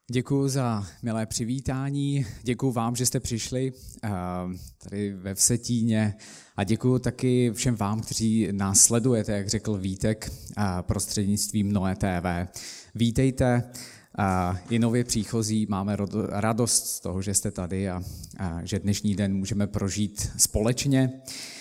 Děkuji za milé přivítání, děkuji vám, že jste přišli tady ve Vsetíně a děkuji taky všem vám, kteří nás sledujete, jak řekl Vítek, prostřednictvím Noé TV. Vítejte, i nově příchozí, máme radost z toho, že jste tady a že dnešní den můžeme prožít společně.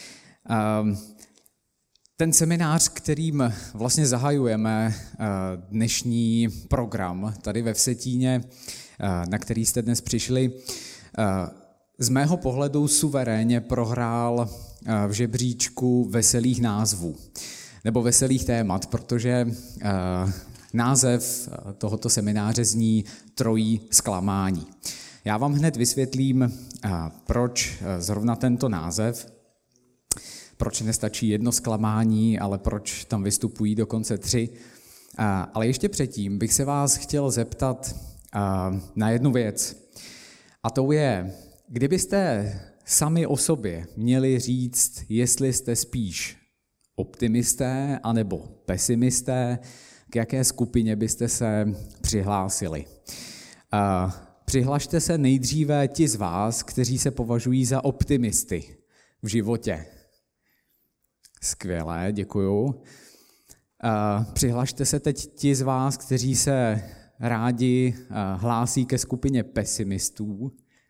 Ten seminář, kterým vlastně zahajujeme dnešní program tady ve Vsetíně, na který jste dnes přišli, z mého pohledu suverénně prohrál v žebříčku veselých názvů nebo veselých témat, protože název tohoto semináře zní Trojí zklamání. Já vám hned vysvětlím, proč zrovna tento název, proč nestačí jedno zklamání, ale proč tam vystupují dokonce 3. Ale ještě předtím bych se vás chtěl zeptat na jednu věc. A to je, kdybyste sami o sobě měli říct, jestli jste spíš optimisté anebo pesimisté, k jaké skupině byste se přihlásili. Přihlašte se nejdříve ti z vás, kteří se považují za optimisty v životě. Skvělé, děkuju. Přihlašte se teď ti z vás, kteří se rádi hlásí ke skupině pesimistů.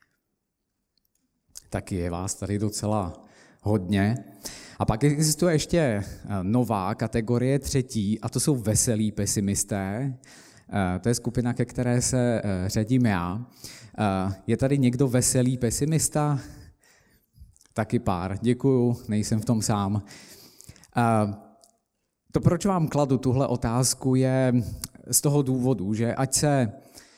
Taky je vás tady docela hodně. A pak existuje ještě nová kategorie 3, a to jsou veselí pesimisté. To je skupina, ke které se řadím já. Je tady někdo veselý pesimista? Taky pár, děkuju, nejsem v tom sám. To, proč vám kladu tuhle otázku, je z toho důvodu, že ať se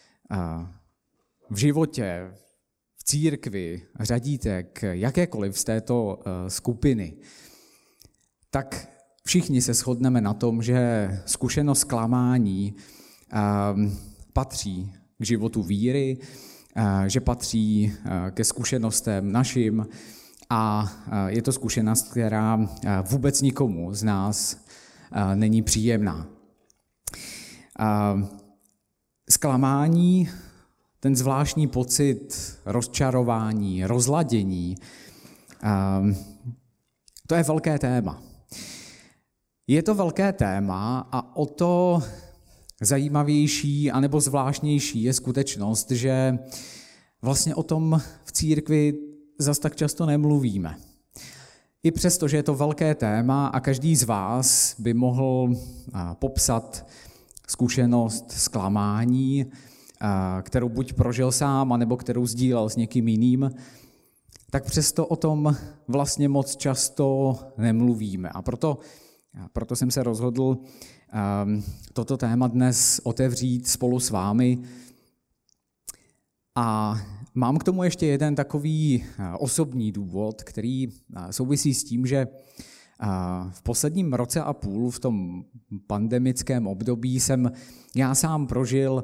v životě, v církvi řadíte k jakékoliv z této skupiny, tak všichni se shodneme na tom, že zkušenost zklamání patří k životu víry, že patří ke zkušenostem našim, a je to zkušenost, která vůbec nikomu z nás není příjemná. Zklamání, ten zvláštní pocit rozčarování, rozladění, to je velké téma. Je to velké téma a o to zajímavější anebo zvláštnější je skutečnost, že vlastně o tom v církvi zas tak často nemluvíme. I přesto, že je to velké téma a každý z vás by mohl popsat zkušenost zklamání, kterou buď prožil sám, anebo kterou sdílel s někým jiným, tak přesto o tom vlastně moc často nemluvíme. A proto jsem se rozhodl toto téma dnes otevřít spolu s vámi. A mám k tomu ještě jeden takový osobní důvod, který souvisí s tím, že v posledním roce a půl, v tom pandemickém období, jsem já sám prožil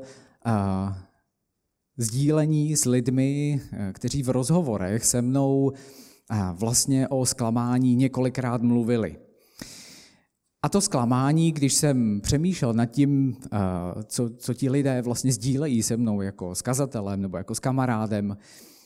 sdílení s lidmi, kteří v rozhovorech se mnou vlastně o zklamání několikrát mluvili. A to zklamání, když jsem přemýšlel nad tím, co ti lidé vlastně sdílejí se mnou jako s kazatelem nebo jako s kamarádem,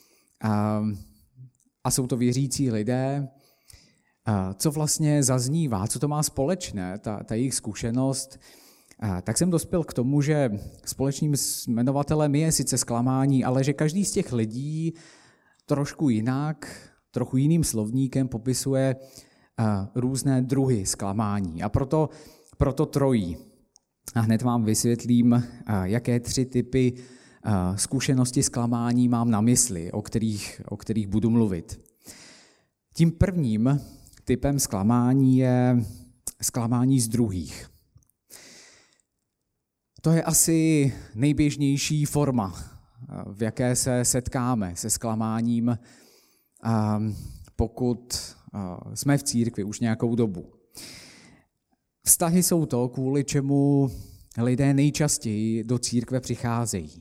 a jsou to věřící lidé, co vlastně zaznívá, co to má společné, ta jejich zkušenost, tak jsem dospěl k tomu, že společným jmenovatelem je sice zklamání, ale že každý z těch lidí trošku jinak, trochu jiným slovníkem popisuje různé druhy zklamání. A proto trojí. A hned vám vysvětlím, jaké 3 typy zkušenosti zklamání mám na mysli, o kterých budu mluvit. Tím prvním typem zklamání je zklamání z druhých. To je asi nejběžnější forma, v jaké se setkáme se zklamáním, pokud jsme v církvi už nějakou dobu. Vztahy jsou to, kvůli čemu lidé nejčastěji do církve přicházejí.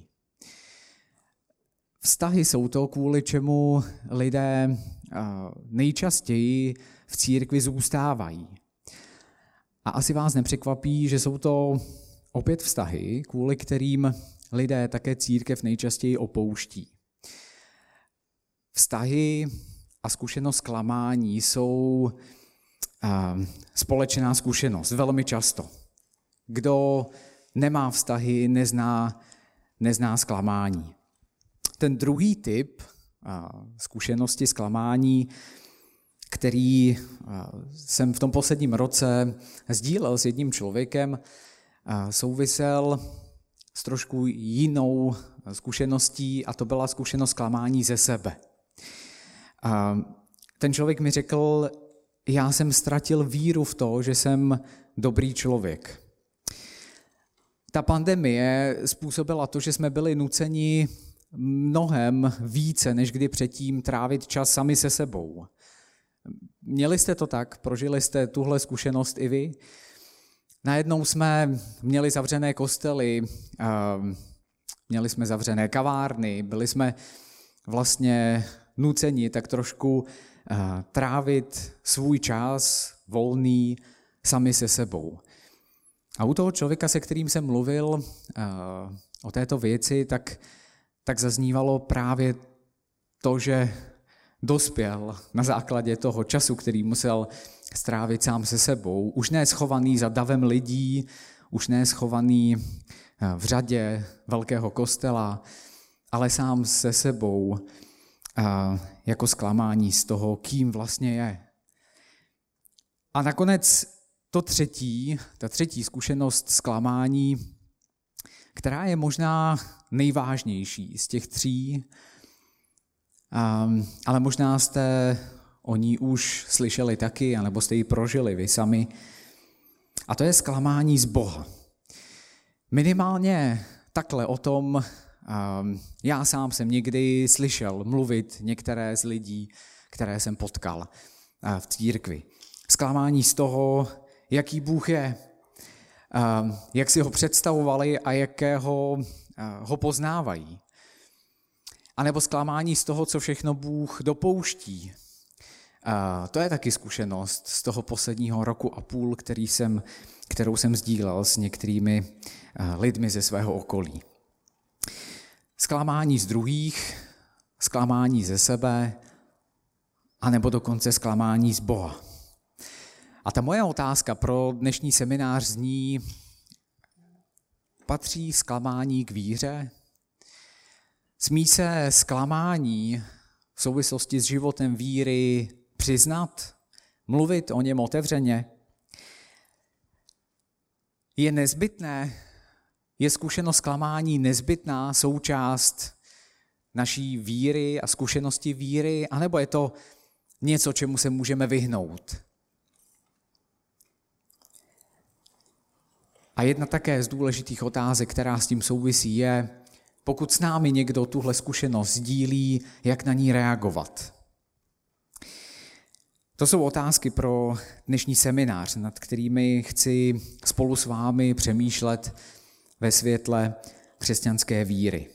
Vztahy jsou to, kvůli čemu lidé nejčastěji v církvi zůstávají. A asi vás nepřekvapí, že jsou to opět vztahy, kvůli kterým lidé také církev nejčastěji opouští. Vztahy a zkušenost zklamání jsou společná zkušenost, velmi často. Kdo nemá vztahy, nezná zklamání. Ten druhý typ zkušenosti zklamání, který jsem v tom posledním roce sdílel s jedním člověkem, souvisel s trošku jinou zkušeností a to byla zkušenost zklamání ze sebe. Ten člověk mi řekl, já jsem ztratil víru v to, že jsem dobrý člověk. Ta pandemie způsobila to, že jsme byli nuceni mnohem více než kdy předtím trávit čas sami se sebou. Měli jste to tak? Prožili jste tuhle zkušenost i vy? Najednou jsme měli zavřené kostely, měli jsme zavřené kavárny, byli jsme vlastně nuceni tak trošku trávit svůj čas volný sami se sebou. A u toho člověka, se kterým jsem mluvil o této věci, tak zaznívalo právě to, že dospěl na základě toho času, který musel strávit sám se sebou. Už ne schovaný za davem lidí, už ne schovaný v řadě velkého kostela, ale sám se sebou jako zklamání z toho, kým vlastně je. A nakonec ta třetí zkušenost zklamání, která je možná nejvážnější z těch tří, ale možná jste o ní už slyšeli taky, anebo jste ji prožili vy sami. A to je zklamání z Boha. Minimálně takhle o tom já sám jsem někdy slyšel mluvit některé z lidí, které jsem potkal v církvi. Zklamání z toho, jaký Bůh je, jak si ho představovali a jakého ho poznávají. A nebo zklamání z toho, co všechno Bůh dopouští. To je taky zkušenost z toho posledního roku a půl, kterou jsem sdílel s některými lidmi ze svého okolí. Zklamání z druhých, zklamání ze sebe, anebo dokonce zklamání z Boha. A ta moje otázka pro dnešní seminář zní, patří zklamání k víře? Smí se zklamání v souvislosti s životem víry přiznat, mluvit o něm otevřeně? Je nezbytné, je zkušenost zklamání nezbytná součást naší víry a zkušenosti víry, anebo je to něco, čemu se můžeme vyhnout? A jedna také z důležitých otázek, která s tím souvisí, je, pokud s námi někdo tuhle zkušenost sdílí, jak na ní reagovat. To jsou otázky pro dnešní seminář, nad kterými chci spolu s vámi přemýšlet ve světle křesťanské víry.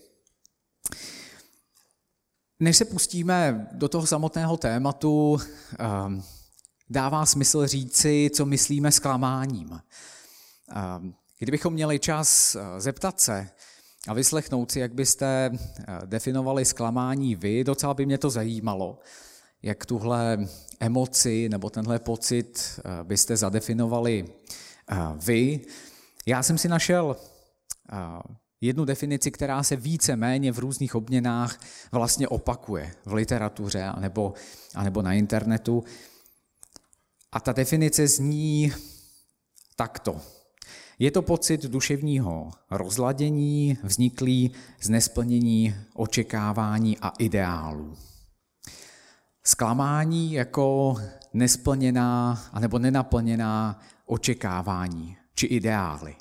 Než se pustíme do toho samotného tématu, dává smysl říci, co myslíme zklamáním. Kdybychom měli čas zeptat se a vyslechnout si, jak byste definovali zklamání vy, docela by mě to zajímalo, jak tuhle emoci nebo tenhle pocit byste zadefinovali vy. Já jsem si našel jednu definici, která se více-méně v různých obměnách vlastně opakuje v literatuře anebo na internetu. A ta definice zní takto. Je to pocit duševního rozladění, vzniklý z nesplnění očekávání a ideálů. Zklamání jako nesplněná anebo nenaplněná očekávání či ideály.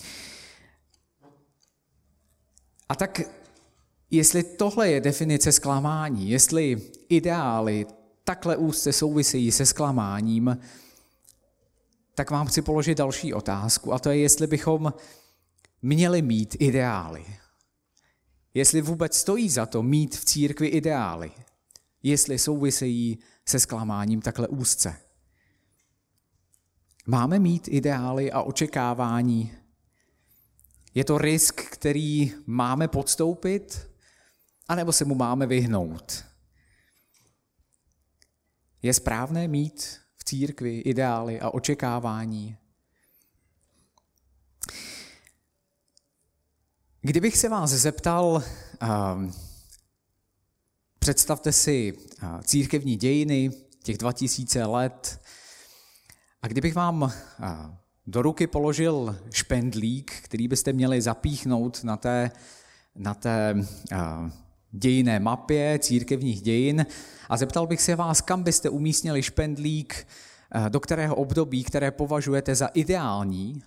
A tak, jestli tohle je definice zklamání, jestli ideály takhle úzce souvisejí se zklamáním, tak vám chci položit další otázku, a to je, jestli bychom měli mít ideály. Jestli vůbec stojí za to mít v církvi ideály. Jestli souvisejí se zklamáním takhle úzce. Máme mít ideály a očekávání. Je to risk, který máme podstoupit, anebo se mu máme vyhnout? Je správné mít v církvi ideály a očekávání? Kdybych se vás zeptal, představte si církevní dějiny, těch 2000 let, a kdybych vám do ruky položil špendlík, který byste měli zapíchnout na té dějinné mapě církevních dějin, a zeptal bych se vás, kam byste umístnili špendlík, do kterého období, které považujete za ideální,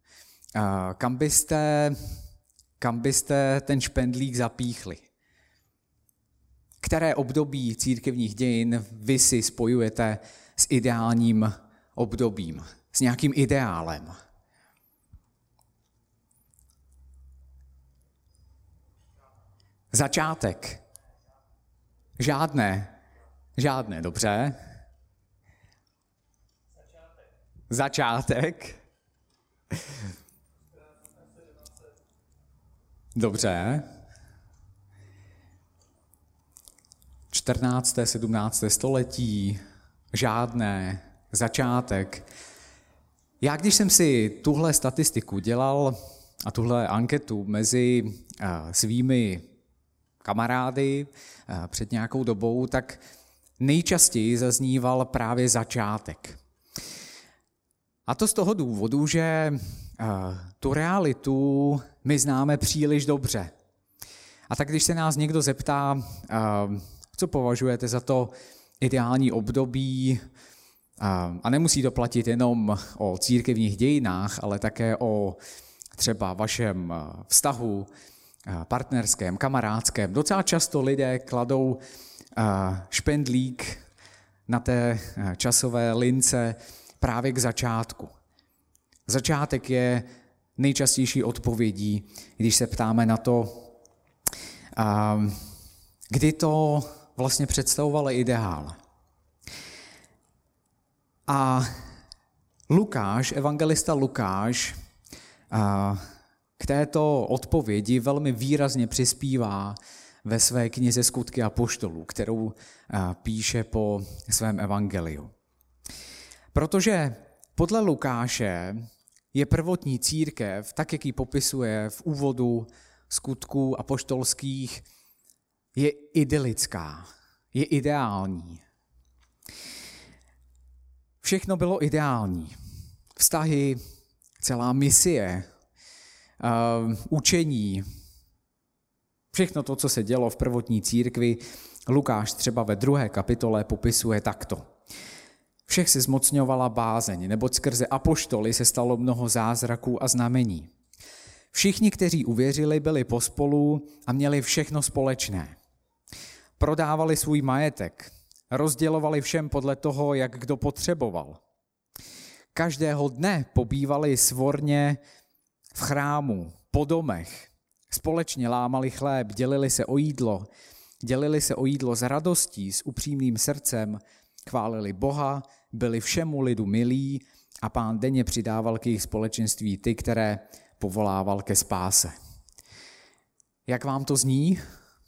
kam byste ten špendlík zapíchli. Které období církevních dějin vy si spojujete s ideálním obdobím, s nějakým ideálem? Začátek. Žádné, dobře. Začátek. Dobře. 14. 17. století, žádné, začátek. Já, když jsem si tuhle statistiku dělal a tuhle anketu mezi svými kamarády před nějakou dobou, tak nejčastěji zazníval právě začátek. A to z toho důvodu, že tu realitu my známe příliš dobře. A tak když se nás někdo zeptá, co považujete za to ideální období, a nemusí to platit jenom o církevních dějinách, ale také o třeba vašem vztahu partnerském, kamarádském. Docela často lidé kladou špendlík na té časové lince právě k začátku. Začátek je nejčastější odpovědí, když se ptáme na to, kdy to vlastně představovalo ideál. A Lukáš, evangelista Lukáš, k této odpovědi velmi výrazně přispívá ve své knize Skutky apoštolů, kterou píše po svém evangeliu. Protože podle Lukáše je prvotní církev, tak jak ji popisuje v úvodu Skutků apoštolských, je idylická, je ideální. Všechno bylo ideální. Vztahy, celá misie, učení, všechno to, co se dělo v prvotní církvi, Lukáš třeba ve 2. kapitole popisuje takto. Všech se zmocňovala bázeň, neboť skrze apoštoly se stalo mnoho zázraků a znamení. Všichni, kteří uvěřili, byli pospolu a měli všechno společné. Prodávali svůj majetek, rozdělovali všem podle toho, jak kdo potřeboval. Každého dne pobývali svorně v chrámu, po domech, společně lámali chléb, dělili se o jídlo s radostí, s upřímným srdcem, chválili Boha, byli všemu lidu milí a Pán denně přidával k jejich společenství ty, které povolával ke spáse. Jak vám to zní?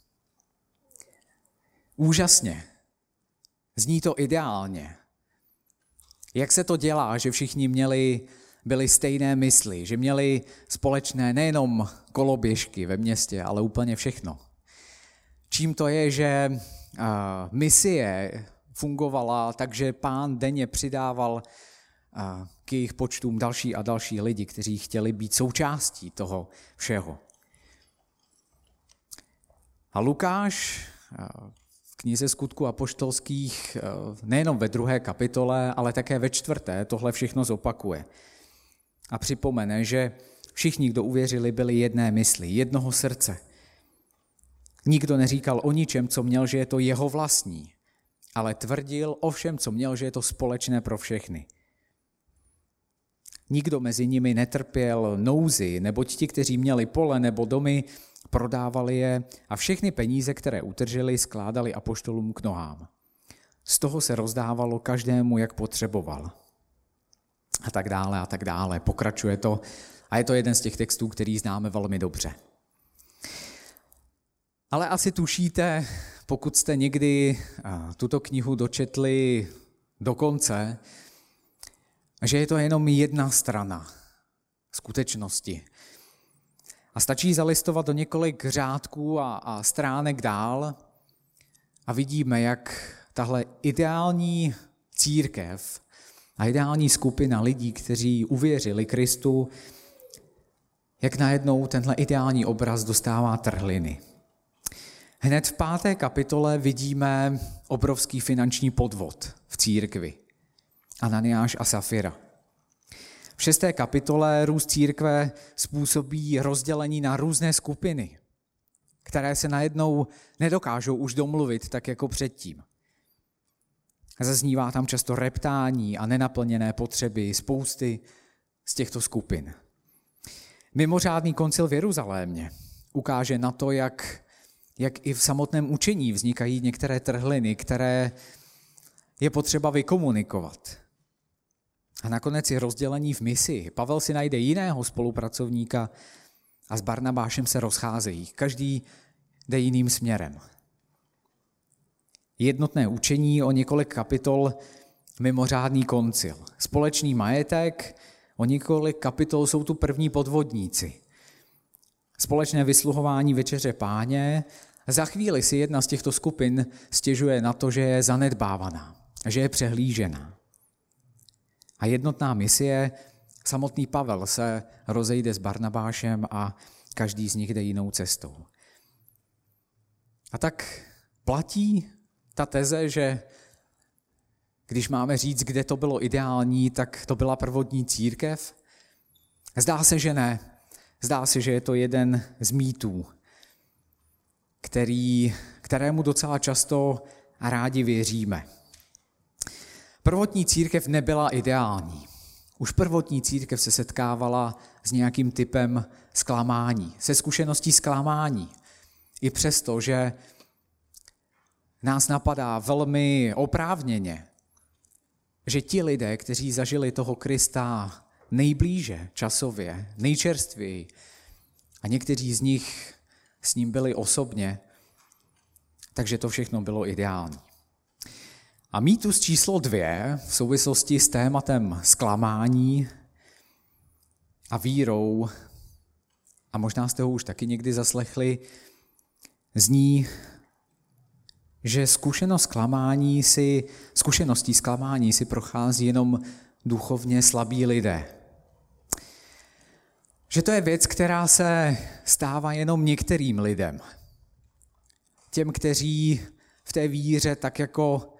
Úžasně. Zní to ideálně. Jak se to dělá, že všichni byli stejné mysli, že měli společné nejenom koloběžky ve městě, ale úplně všechno. Čím to je, že misie fungovala, takže Pán denně přidával k jejich počtům další a další lidi, kteří chtěli být součástí toho všeho. A Lukáš v knize Skutků apoštolských nejenom ve 2. kapitole, ale také ve 4. tohle všechno zopakuje. A připomene, že všichni, kdo uvěřili, byli jedné mysli, jednoho srdce. Nikdo neříkal o ničem, co měl, že je to jeho vlastní, ale tvrdil o všem, co měl, že je to společné pro všechny. Nikdo mezi nimi netrpěl nouzi, neboť ti, kteří měli pole nebo domy, prodávali je a všechny peníze, které utržili, skládali apoštolům k nohám. Z toho se rozdávalo každému, jak potřeboval. A tak dále, a tak dále. Pokračuje to A je to jeden z těch textů, který známe velmi dobře. Ale asi tušíte, pokud jste někdy tuto knihu dočetli do konce, že je to jenom jedna strana skutečnosti. A stačí zalistovat do několik řádků a stránek dál a vidíme, jak tahle ideální církev a ideální skupina lidí, kteří uvěřili Kristu, jak najednou tenhle ideální obraz dostává trhliny. Hned v 5. kapitole vidíme obrovský finanční podvod v církvi. Ananiáš a Safira. V 6. kapitole růst církve způsobí rozdělení na různé skupiny, které se najednou nedokážou už domluvit tak jako předtím. Zaznívá tam často reptání a nenaplněné potřeby spousty z těchto skupin. Mimořádný koncil v Jeruzalémě ukáže na to, jak i v samotném učení vznikají některé trhliny, které je potřeba vykomunikovat. A nakonec je rozdělení v misi. Pavel si najde jiného spolupracovníka a s Barnabášem se rozcházejí. Každý jde jiným směrem. Jednotné učení o několik kapitol, mimořádný koncil. Společný majetek, o několik kapitol jsou tu první podvodníci. Společné vysluhování večeře Páně. Za chvíli si jedna z těchto skupin stěžuje na to, že je zanedbávaná, že je přehlížená. A jednotná misie, samotný Pavel se rozejde s Barnabášem a každý z nich jde jinou cestou. A tak platí ta teze, že když máme říct, kde to bylo ideální, tak to byla prvotní církev? Zdá se, že ne. Zdá se, že je to jeden z mýtů, kterému docela často a rádi věříme. Prvotní církev nebyla ideální. Už prvotní církev se setkávala s nějakým typem zklamání, se zkušeností zklamání. I přesto, že nás napadá velmi oprávněně, že ti lidé, kteří zažili toho Krista nejblíže časově, nejčerstvěji, a někteří z nich s ním byli osobně, takže to všechno bylo ideální. A mýtus číslo 2 v souvislosti s tématem zklamání a vírou, a možná jste ho už taky někdy zaslechli, zní, že zkušeností zklamání si prochází jenom duchovně slabí lidé. Že to je věc, která se stává jenom některým lidem. Těm, kteří v té víře tak jako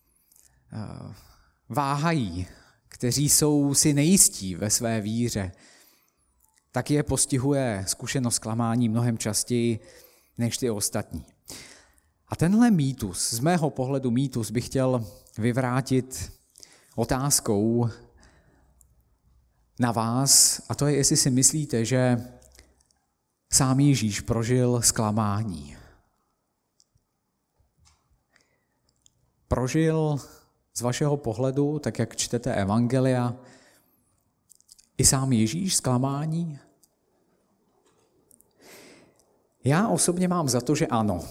váhají, kteří jsou si nejistí ve své víře, tak je postihuje zkušenost zklamání mnohem častěji než ty ostatní. A tenhle mýtus, z mého pohledu mýtus, bych chtěl vyvrátit otázkou na vás, a to je, jestli si myslíte, že sám Ježíš prožil zklamání. Prožil z vašeho pohledu, tak jak čtete evangelia, i sám Ježíš zklamání? Já osobně mám za to, že ano.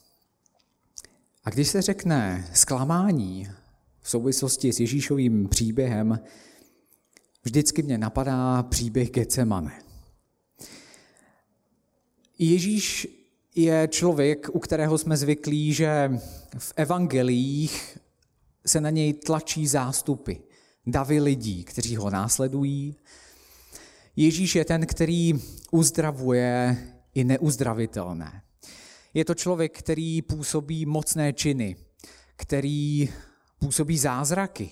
A když se řekne zklamání v souvislosti s Ježíšovým příběhem, vždycky mě napadá příběh Getsemane. Ježíš je člověk, u kterého jsme zvyklí, že v evangeliích se na něj tlačí zástupy, davy lidí, kteří ho následují. Ježíš je ten, který uzdravuje i neuzdravitelné. Je to člověk, který působí mocné činy, který působí zázraky.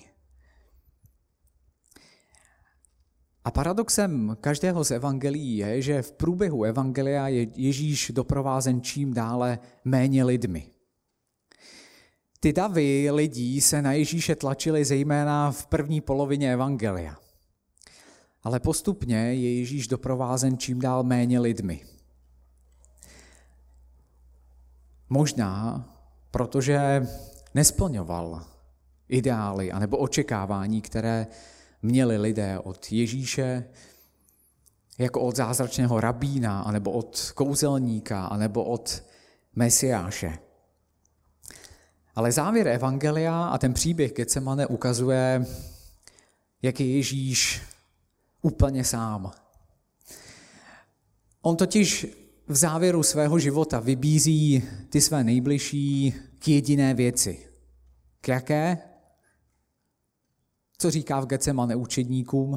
A paradoxem každého z evangelií je, že v průběhu evangelia je Ježíš doprovázen čím dále méně lidmi. Ty davy lidí se na Ježíše tlačily zejména v první polovině evangelia. Ale postupně je Ježíš doprovázen čím dál méně lidmi. Možná, protože nesplňoval ideály anebo očekávání, které měli lidé od Ježíše, jako od zázračného rabína, anebo od kouzelníka, anebo od Mesiáše. Ale závěr evangelia a ten příběh Getsemane ukazuje, jak je Ježíš úplně sám. On totiž v závěru svého života vybízí ty své nejbližší k jediné věci. K jaké? Co říká v Getsemane učedníkům?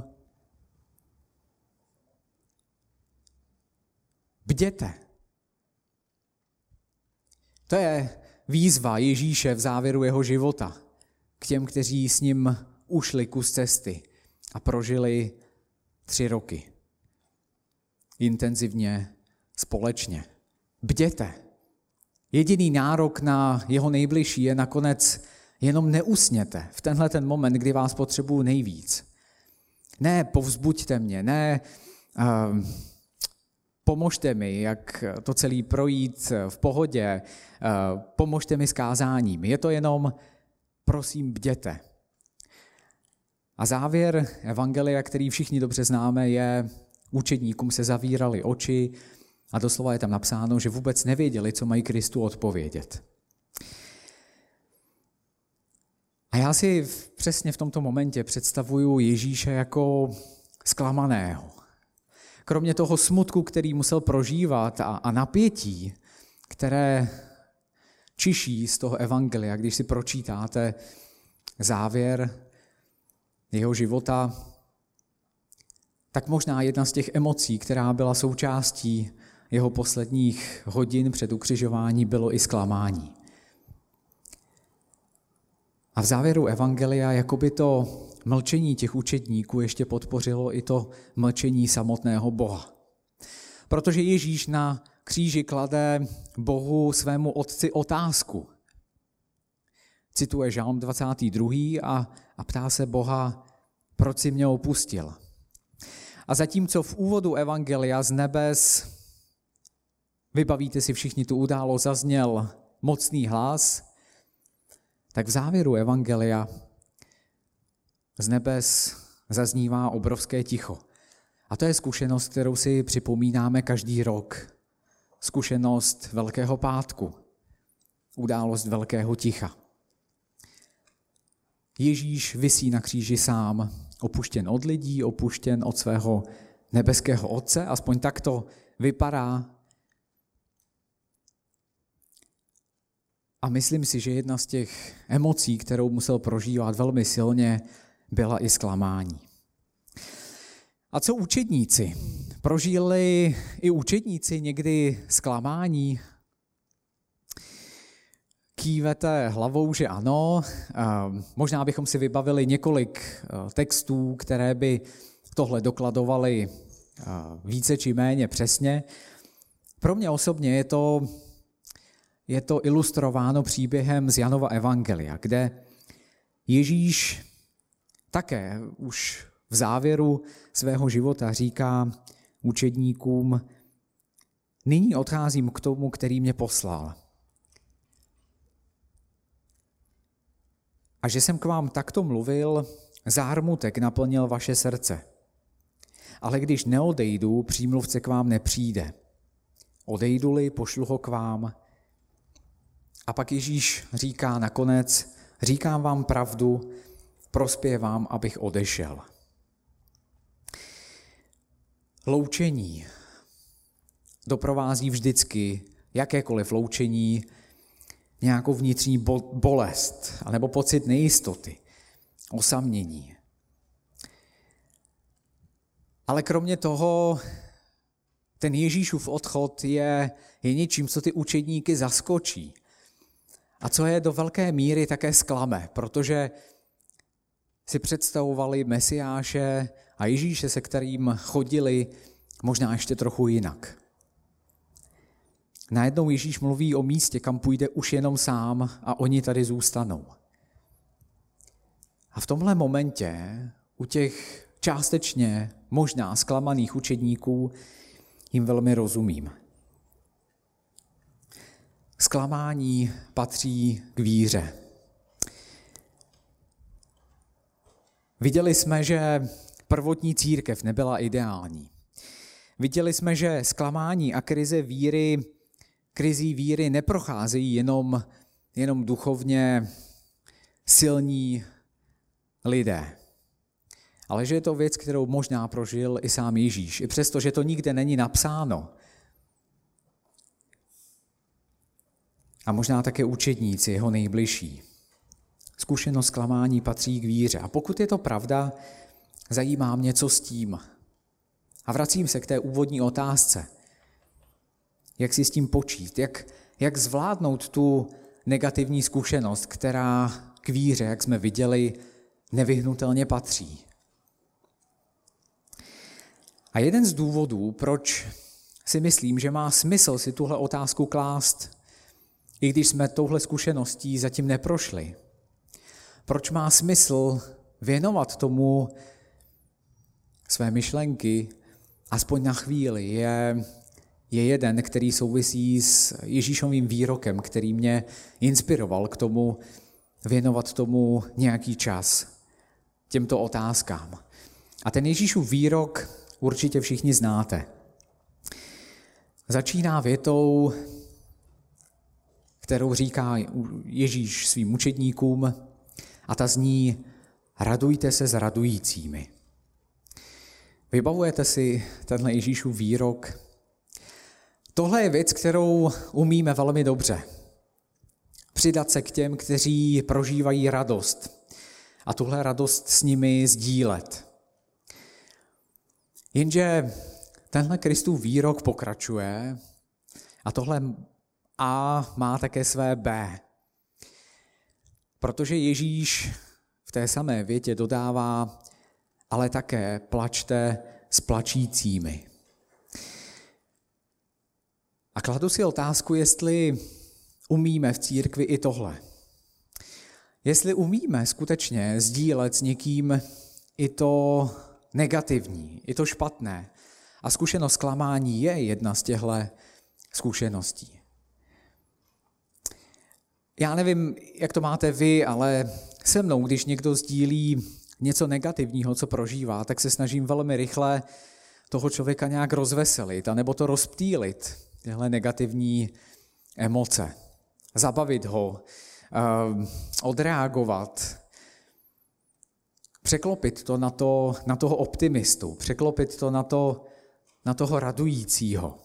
Bděte. To je výzva Ježíše v závěru jeho života k těm, kteří s ním ušli kus cesty a prožili 3 roky. Intenzivně, společně. Bděte. Jediný nárok na jeho nejbližší je nakonec jenom neusněte v tenhle ten moment, kdy vás potřebuju nejvíc. Ne povzbuďte mě, ne pomožte mi, jak to celé projít v pohodě, pomožte mi s kázáním. Je to jenom, prosím, bděte. A závěr evangelia, který všichni dobře známe, je: učedníkům se zavíraly oči a doslova je tam napsáno, že vůbec nevěděli, co mají Kristu odpovědět. A já si přesně v tomto momentě představuju Ježíše jako zklamaného. Kromě toho smutku, který musel prožívat a napětí, které čiší z toho evangelia, když si pročítáte závěr jeho života, tak možná jedna z těch emocí, která byla součástí jeho posledních hodin před ukřižování, bylo i zklamání. A v závěru evangelia jakoby to mlčení těch učedníků ještě podpořilo i to mlčení samotného Boha. Protože Ježíš na kříži klade Bohu, svému otci, otázku. Cituje Žalm 22. a ptá se Boha, proč jsi mě opustil. A zatímco v úvodu evangelia z nebes, vybavíte si všichni tu událost, zazněl mocný hlas, tak v závěru evangelia z nebes zaznívá obrovské ticho. A to je zkušenost, kterou si připomínáme každý rok. Zkušenost Velkého pátku. Událost velkého ticha. Ježíš visí na kříži sám, opuštěn od lidí, opuštěn od svého nebeského Otce, aspoň tak to vypadá. A myslím si, že jedna z těch emocí, kterou musel prožívat velmi silně, byla i zklamání. A co učedníci? Prožili i učedníci někdy zklamání? Kývete hlavou, že ano. Možná bychom si vybavili několik textů, které by tohle dokladovaly více či méně přesně. Pro mě osobně je to ilustrováno příběhem z Janova evangelia, kde Ježíš také už v závěru svého života říká učedníkům: nyní odcházím k tomu, který mě poslal. A že jsem k vám takto mluvil, zármutek naplnil vaše srdce. Ale když neodejdu, přímluvce k vám nepřijde. Odejdu-li, pošlu ho k vám. A pak Ježíš říká nakonec: říkám vám pravdu, prospěje vám, abych odešel. Loučení doprovází vždycky jakékoliv loučení nějakou vnitřní bolest anebo pocit nejistoty, osamění. Ale kromě toho ten Ježíšův odchod je něčím, co ty učedníky zaskočí. A co je do velké míry také zklame, protože si představovali Mesiáše a Ježíše, se kterým chodili možná ještě trochu jinak. Najednou Ježíš mluví o místě, kam půjde už jenom sám a oni tady zůstanou. A v tomhle momentě u těch částečně možná zklamaných učedníků jim velmi rozumím. Zklamání patří k víře. Viděli jsme, že prvotní církev nebyla ideální. Viděli jsme, že zklamání a krizí víry neprocházejí jenom duchovně silní lidé, ale že je to věc, kterou možná prožil i sám Ježíš, i přesto, že to nikde není napsáno. A možná také učedníci, jeho nejbližší. Zkušenost zklamání patří k víře. A pokud je to pravda, zajímá mě, co s tím. A vracím se k té úvodní otázce. Jak si s tím počít? Jak zvládnout tu negativní zkušenost, která k víře, jak jsme viděli, nevyhnutelně patří? A jeden z důvodů, proč si myslím, že má smysl si tuhle otázku klást, i když jsme touhle zkušeností zatím neprošli, proč má smysl věnovat tomu své myšlenky, aspoň na chvíli, je jeden, který souvisí s Ježíšovým výrokem, který mě inspiroval k tomu věnovat tomu nějaký čas, těmto otázkám. A ten Ježíšův výrok určitě všichni znáte. Začíná větou, kterou říká Ježíš svým učedníkům, a ta zní: radujte se s radujícími. Vybavujete si tenhle Ježíšův výrok? Tohle je věc, kterou umíme velmi dobře. Přidat se k těm, kteří prožívají radost a tuhle radost s nimi sdílet. Jenže tenhle Kristův výrok pokračuje a tohle A má také své B. Protože Ježíš v té samé větě dodává: ale také plačte s plačícími. A kladu si otázku, jestli umíme v církvi i tohle. Jestli umíme skutečně sdílet s někým i to negativní, i to špatné. A zkušenost zklamání je jedna z těchto zkušeností. Já nevím, jak to máte vy, ale se mnou, když někdo sdílí něco negativního, co prožívá, tak se snažím velmi rychle toho člověka nějak rozveselit, anebo to rozptýlit, tyhle negativní emoce. Zabavit ho, odreagovat, překlopit to na toho optimistu, překlopit to na toho radujícího.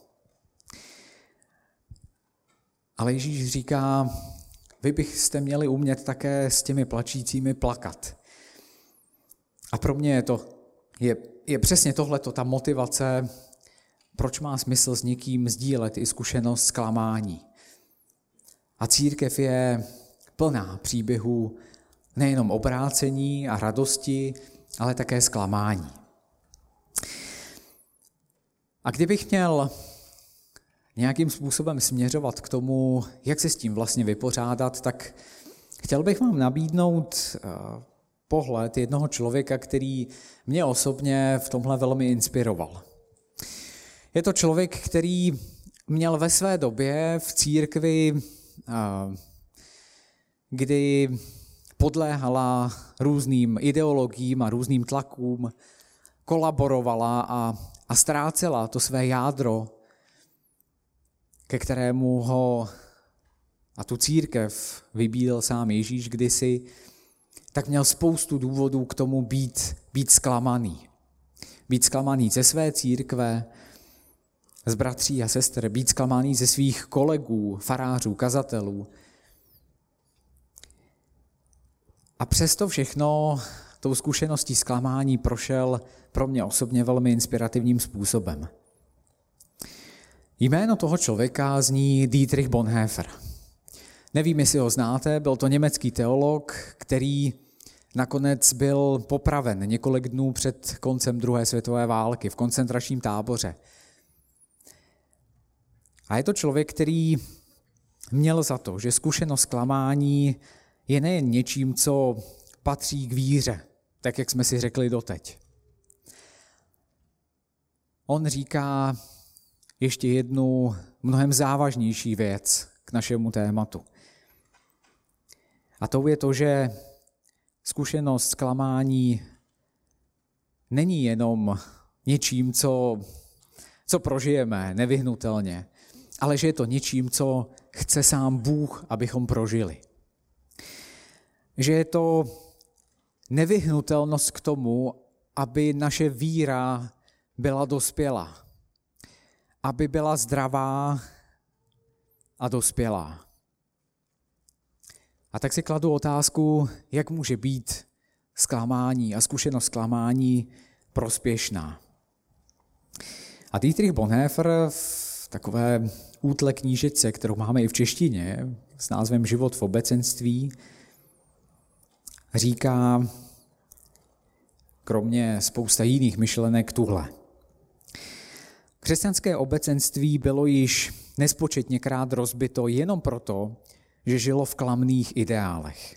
Ale Ježíš říká: vy byste měli umět také s těmi plačícími plakat. A pro mě je přesně tohleto ta motivace, proč má smysl s někým sdílet i zkušenost zklamání. A církev je plná příběhů nejenom obrácení a radosti, ale také zklamání. A kdybych měl nějakým způsobem směřovat k tomu, jak se s tím vlastně vypořádat, tak chtěl bych vám nabídnout pohled jednoho člověka, který mě osobně v tomhle velmi inspiroval. Je to člověk, který měl ve své době v církvi, kdy podléhala různým ideologiím a různým tlakům, kolaborovala a ztrácela to své jádro, ke kterému ho a tu církev vybídl sám Ježíš kdysi, tak měl spoustu důvodů k tomu být zklamaný. Být zklamaný ze své církve, z bratří a sester, být zklamaný ze svých kolegů, farářů, kazatelů. A přesto všechno tou zkušeností zklamání prošel pro mě osobně velmi inspirativním způsobem. Jméno toho člověka zní Dietrich Bonhoeffer. Nevím, jestli ho znáte, byl to německý teolog, který nakonec byl popraven několik dnů před koncem druhé světové války v koncentračním táboře. A je to člověk, který měl za to, že zkušenost zklamání je nejen něčím, co patří k víře, tak jak jsme si řekli doteď. On říká ještě jednu mnohem závažnější věc k našemu tématu. A to je to, že zkušenost zklamání není jenom něčím, co co prožijeme nevyhnutelně, ale že je to něčím, co chce sám Bůh, abychom prožili. Že je to nevyhnutelnost k tomu, aby naše víra byla dospělá, aby byla zdravá a dospělá. A tak si kladu otázku, jak může být zklamání a zkušenost zklamání prospěšná. A Dietrich Bonhoeffer v takové útle knížečce, kterou máme i v češtině, s názvem Život v obecenství, říká, kromě spousta jiných myšlenek, tuhle. Křesťanské obecenství bylo již nespočetněkrát rozbito jenom proto, že žilo v klamných ideálech.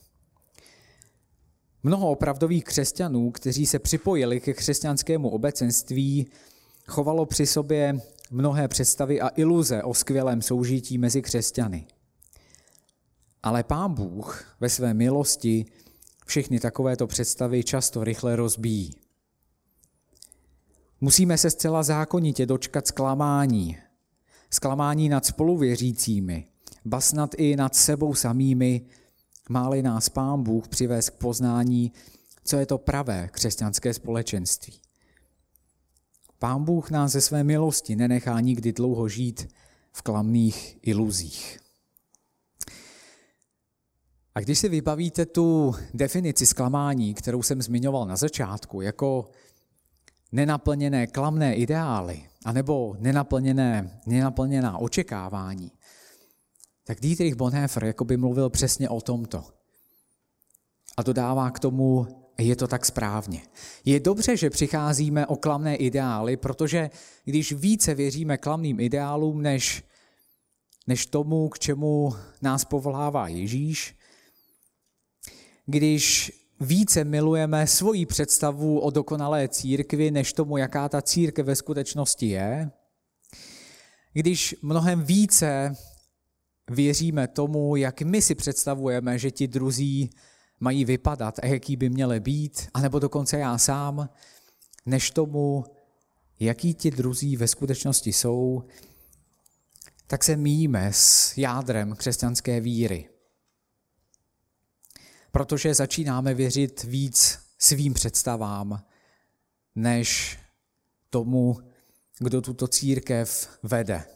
Mnoho opravdových křesťanů, kteří se připojili ke křesťanskému obecenství, chovalo při sobě mnohé představy a iluze o skvělém soužití mezi křesťany. Ale Pán Bůh ve své milosti všechny takovéto představy často rychle rozbíjí. Musíme se zcela zákonitě dočkat zklamání. Zklamání nad spoluvěřícími, ba snad i nad sebou samými, má-li nás Pán Bůh přivést k poznání, co je to pravé křesťanské společenství. Pán Bůh nás ze své milosti nenechá nikdy dlouho žít v klamných iluzích. A když si vybavíte tu definici zklamání, kterou jsem zmiňoval na začátku, jako nenaplněné klamné ideály, anebo nenaplněná očekávání, tak Dietrich Bonhoeffer jakoby mluvil přesně o tomto. A dodává k tomu, je to tak správně. Je dobře, že přicházíme o klamné ideály, protože když více věříme klamným ideálům, než tomu, k čemu nás povolává Ježíš, když více milujeme svoji představu o dokonalé církvi, než tomu, jaká ta církev ve skutečnosti je, když mnohem více věříme tomu, jak my si představujeme, že ti druzí mají vypadat a jaký by měli být, anebo dokonce já sám, než tomu, jaký ti druzí ve skutečnosti jsou, tak se míjíme s jádrem křesťanské víry. Protože začínáme věřit víc svým představám, než tomu, kdo tuto církev vede.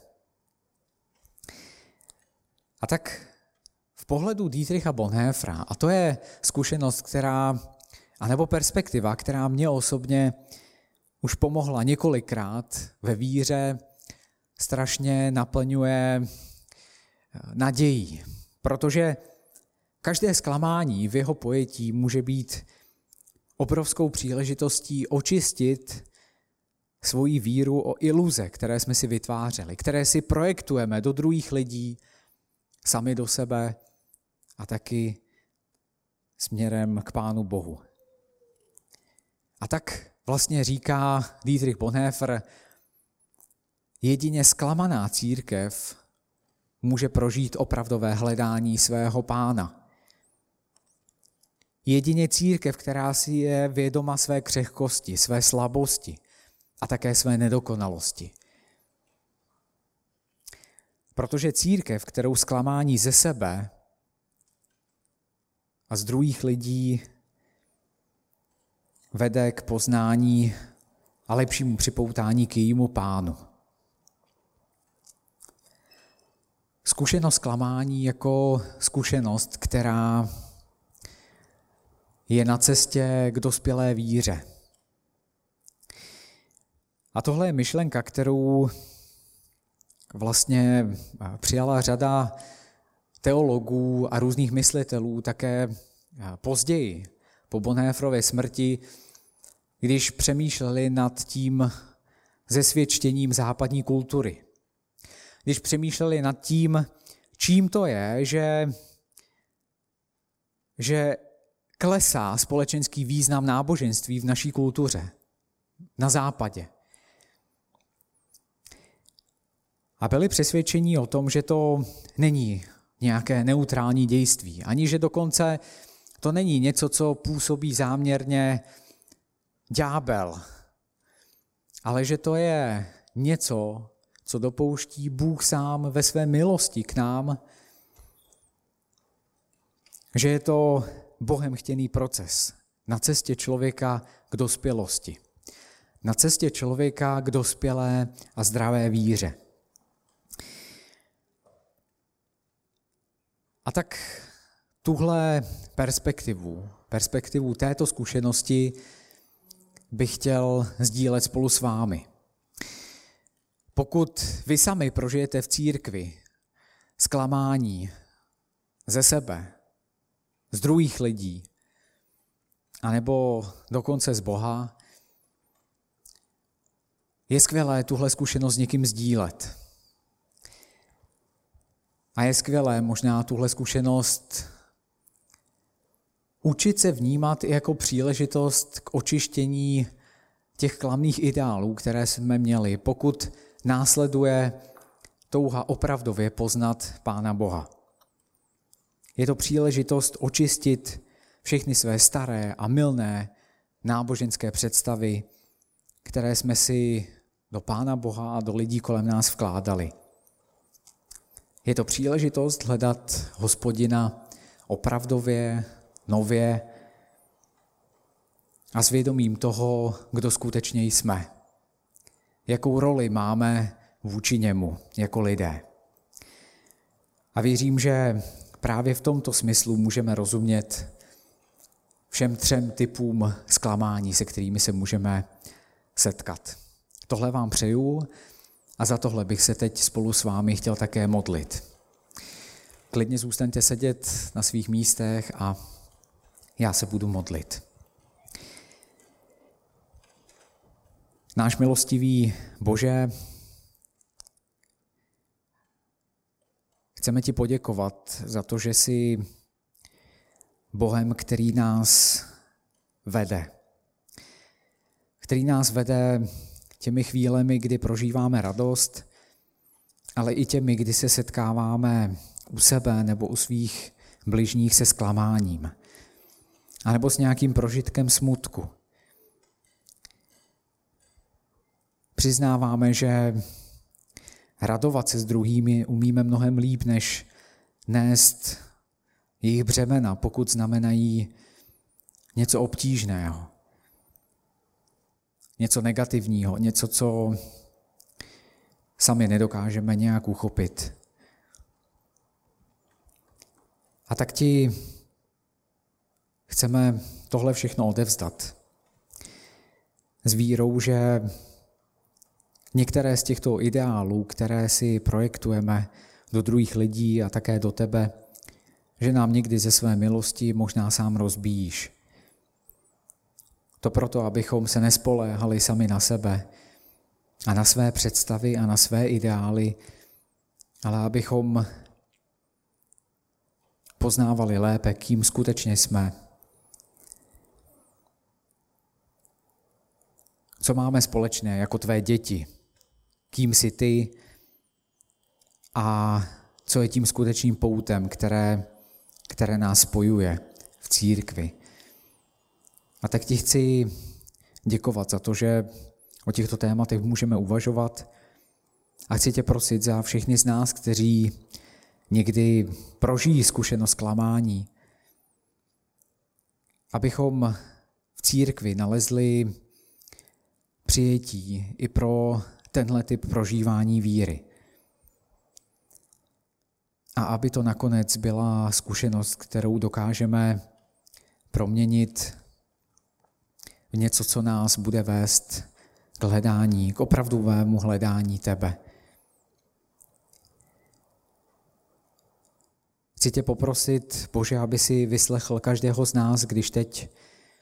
A tak v pohledu Dietricha Bonhoeffera, a to je zkušenost, anebo perspektiva, která mě osobně už pomohla několikrát ve víře, strašně naplňuje nadějí, protože každé zklamání v jeho pojetí může být obrovskou příležitostí očistit svoji víru o iluze, které jsme si vytvářeli, které si projektujeme do druhých lidí, sami do sebe a taky směrem k Pánu Bohu. A tak vlastně říká Dietrich Bonhoeffer, jedině zklamaná církev může prožít opravdové hledání svého Pána. Jedině církev, která si je vědoma své křehkosti, své slabosti a také své nedokonalosti. Protože církev, kterou zklamání ze sebe a z druhých lidí vede k poznání a lepšímu připoutání k jejímu Pánu. Zkušenost zklamání jako zkušenost, která je na cestě k dospělé víře. A tohle je myšlenka, kterou vlastně přijala řada teologů a různých myslitelů také později, po Bonhoefferově smrti, když přemýšleli nad tím zesvědčením západní kultury. Když přemýšleli nad tím, čím to je, že klesá společenský význam náboženství v naší kultuře, na západě. A byli přesvědčení o tom, že to není nějaké neutrální dějství, ani že dokonce to není něco, co působí záměrně ďábel, ale že to je něco, co dopouští Bůh sám ve své milosti k nám, že je to Bohem chtěný proces na cestě člověka k dospělosti, na cestě člověka k dospělé a zdravé víře. A tak tuhle perspektivu této zkušenosti bych chtěl sdílet spolu s vámi. Pokud vy sami prožijete v církvi zklamání ze sebe, z druhých lidí, anebo dokonce z Boha, je skvělé tuhle zkušenost s někým sdílet. A je skvělé možná tuhle zkušenost učit se vnímat i jako příležitost k očištění těch klamných ideálů, které jsme měli, pokud následuje touha opravdově poznat Pána Boha. Je to příležitost očistit všechny své staré a mylné náboženské představy, které jsme si do Pána Boha a do lidí kolem nás vkládali. Je to příležitost hledat Hospodina opravdově, nově a s vědomím toho, kdo skutečně jsme. Jakou roli máme vůči němu jako lidé. A věřím, že právě v tomto smyslu můžeme rozumět všem 3 typům zklamání, se kterými se můžeme setkat. Tohle vám přeju a za tohle bych se teď spolu s vámi chtěl také modlit. Klidně zůstaňte sedět na svých místech a já se budu modlit. Náš milostivý Bože, chceme ti poděkovat za to, že jsi Bohem, který nás vede. Který nás vede těmi chvílemi, kdy prožíváme radost, ale i těmi, kdy se setkáváme u sebe nebo u svých bližních se zklamáním. A nebo s nějakým prožitkem smutku. Přiznáváme, že radovat se s druhými umíme mnohem líp, než nést jejich břemena, pokud znamenají něco obtížného, něco negativního, něco, co sami nedokážeme nějak uchopit. A tak ti chceme tohle všechno odevzdat. S vírou, že některé z těchto ideálů, které si projektujeme do druhých lidí a také do tebe, že nám někdy ze své milosti možná sám rozbíjíš. To proto, abychom se nespoléhali sami na sebe a na své představy a na své ideály, ale abychom poznávali lépe, kým skutečně jsme. Co máme společné jako tvé děti, kým jsi ty a co je tím skutečným poutem, které nás spojuje v církvi. A tak ti chci děkovat za to, že o těchto tématech můžeme uvažovat a chci tě prosit za všechny z nás, kteří někdy prožijí zkušenost zklamání, abychom v církvi nalezli přijetí i pro tenhle typ prožívání víry. A aby to nakonec byla zkušenost, kterou dokážeme proměnit v něco, co nás bude vést k hledání, k opravdovému hledání tebe. Chci tě poprosit, Bože, aby si vyslechl každého z nás, když teď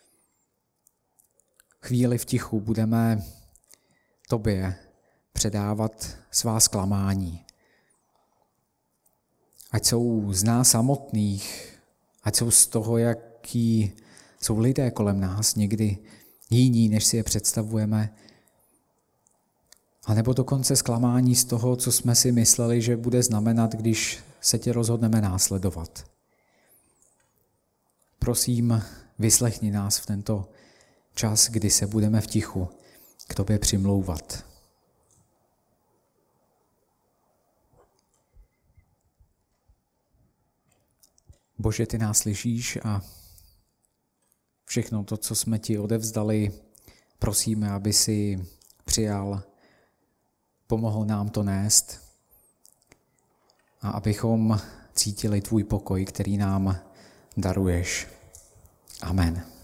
chvíli v tichu budeme tobě předávat svá zklamání. Ať jsou z nás samotných, ať jsou z toho, jaký jsou lidé kolem nás někdy jiní, než si je představujeme, a nebo dokonce zklamání z toho, co jsme si mysleli, že bude znamenat, když se tě rozhodneme následovat. Prosím, vyslechni nás v tento čas, kdy se budeme v tichu k tobě přimlouvat. Bože, ty nás slyšíš a všechno to, co jsme ti odevzdali, prosíme, aby si přijal, pomohl nám to nést a abychom cítili tvůj pokoj, který nám daruješ. Amen.